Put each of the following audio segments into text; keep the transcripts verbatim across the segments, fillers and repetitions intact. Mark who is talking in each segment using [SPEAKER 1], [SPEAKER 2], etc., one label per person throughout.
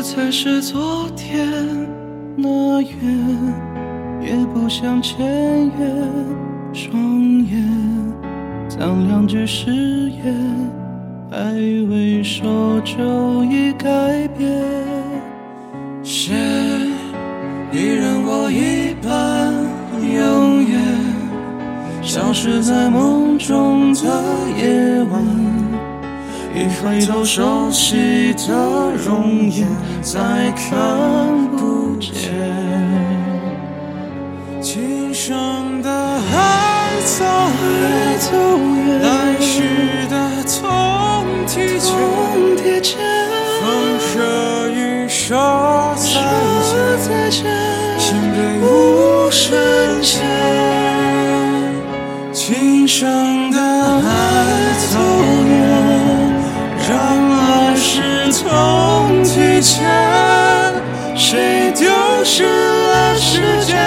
[SPEAKER 1] 再是昨天那远，也不想签约，双眼像两只誓言，还以为说就已改变。写你任我一半永远，消失在梦中的夜晚，一回头熟悉的容颜再看不见。今生的爱走远，来世的痛提前，风车雨说再见，心被无声牵。今生的爱走远，让来世痛提前，谁丢失了时间，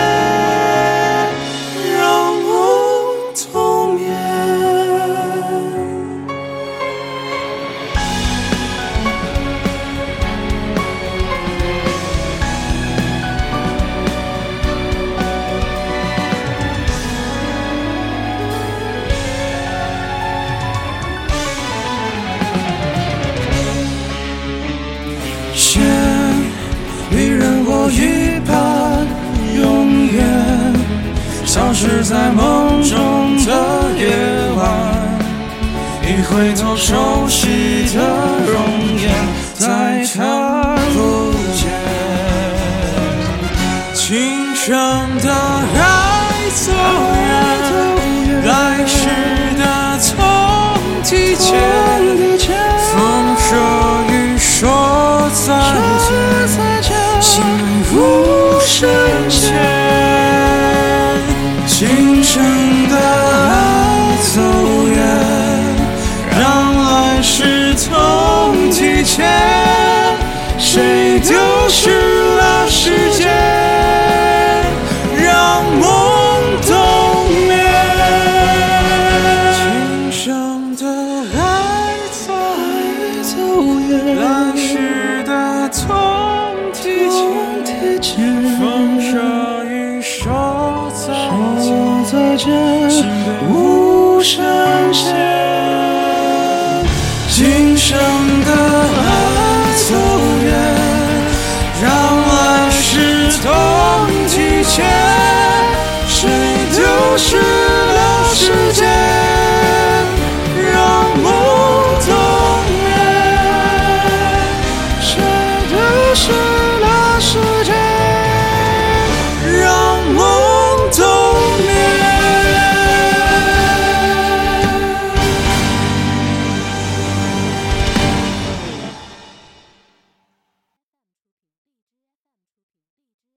[SPEAKER 1] 让梦冬眠。写你任我一半永远，消失在梦中的夜晚，一回头熟悉的容颜再看不见。今生的爱走远，来世的痛提前，风说雨说再见，心被无声牵。今生的爱走远，让来世痛提前，谁丢失了时间，让梦冬眠。今生的爱走远，来世的痛提前，风说雨说再见，心被无声牵。今生的爱走远，让来世痛提前，谁丢失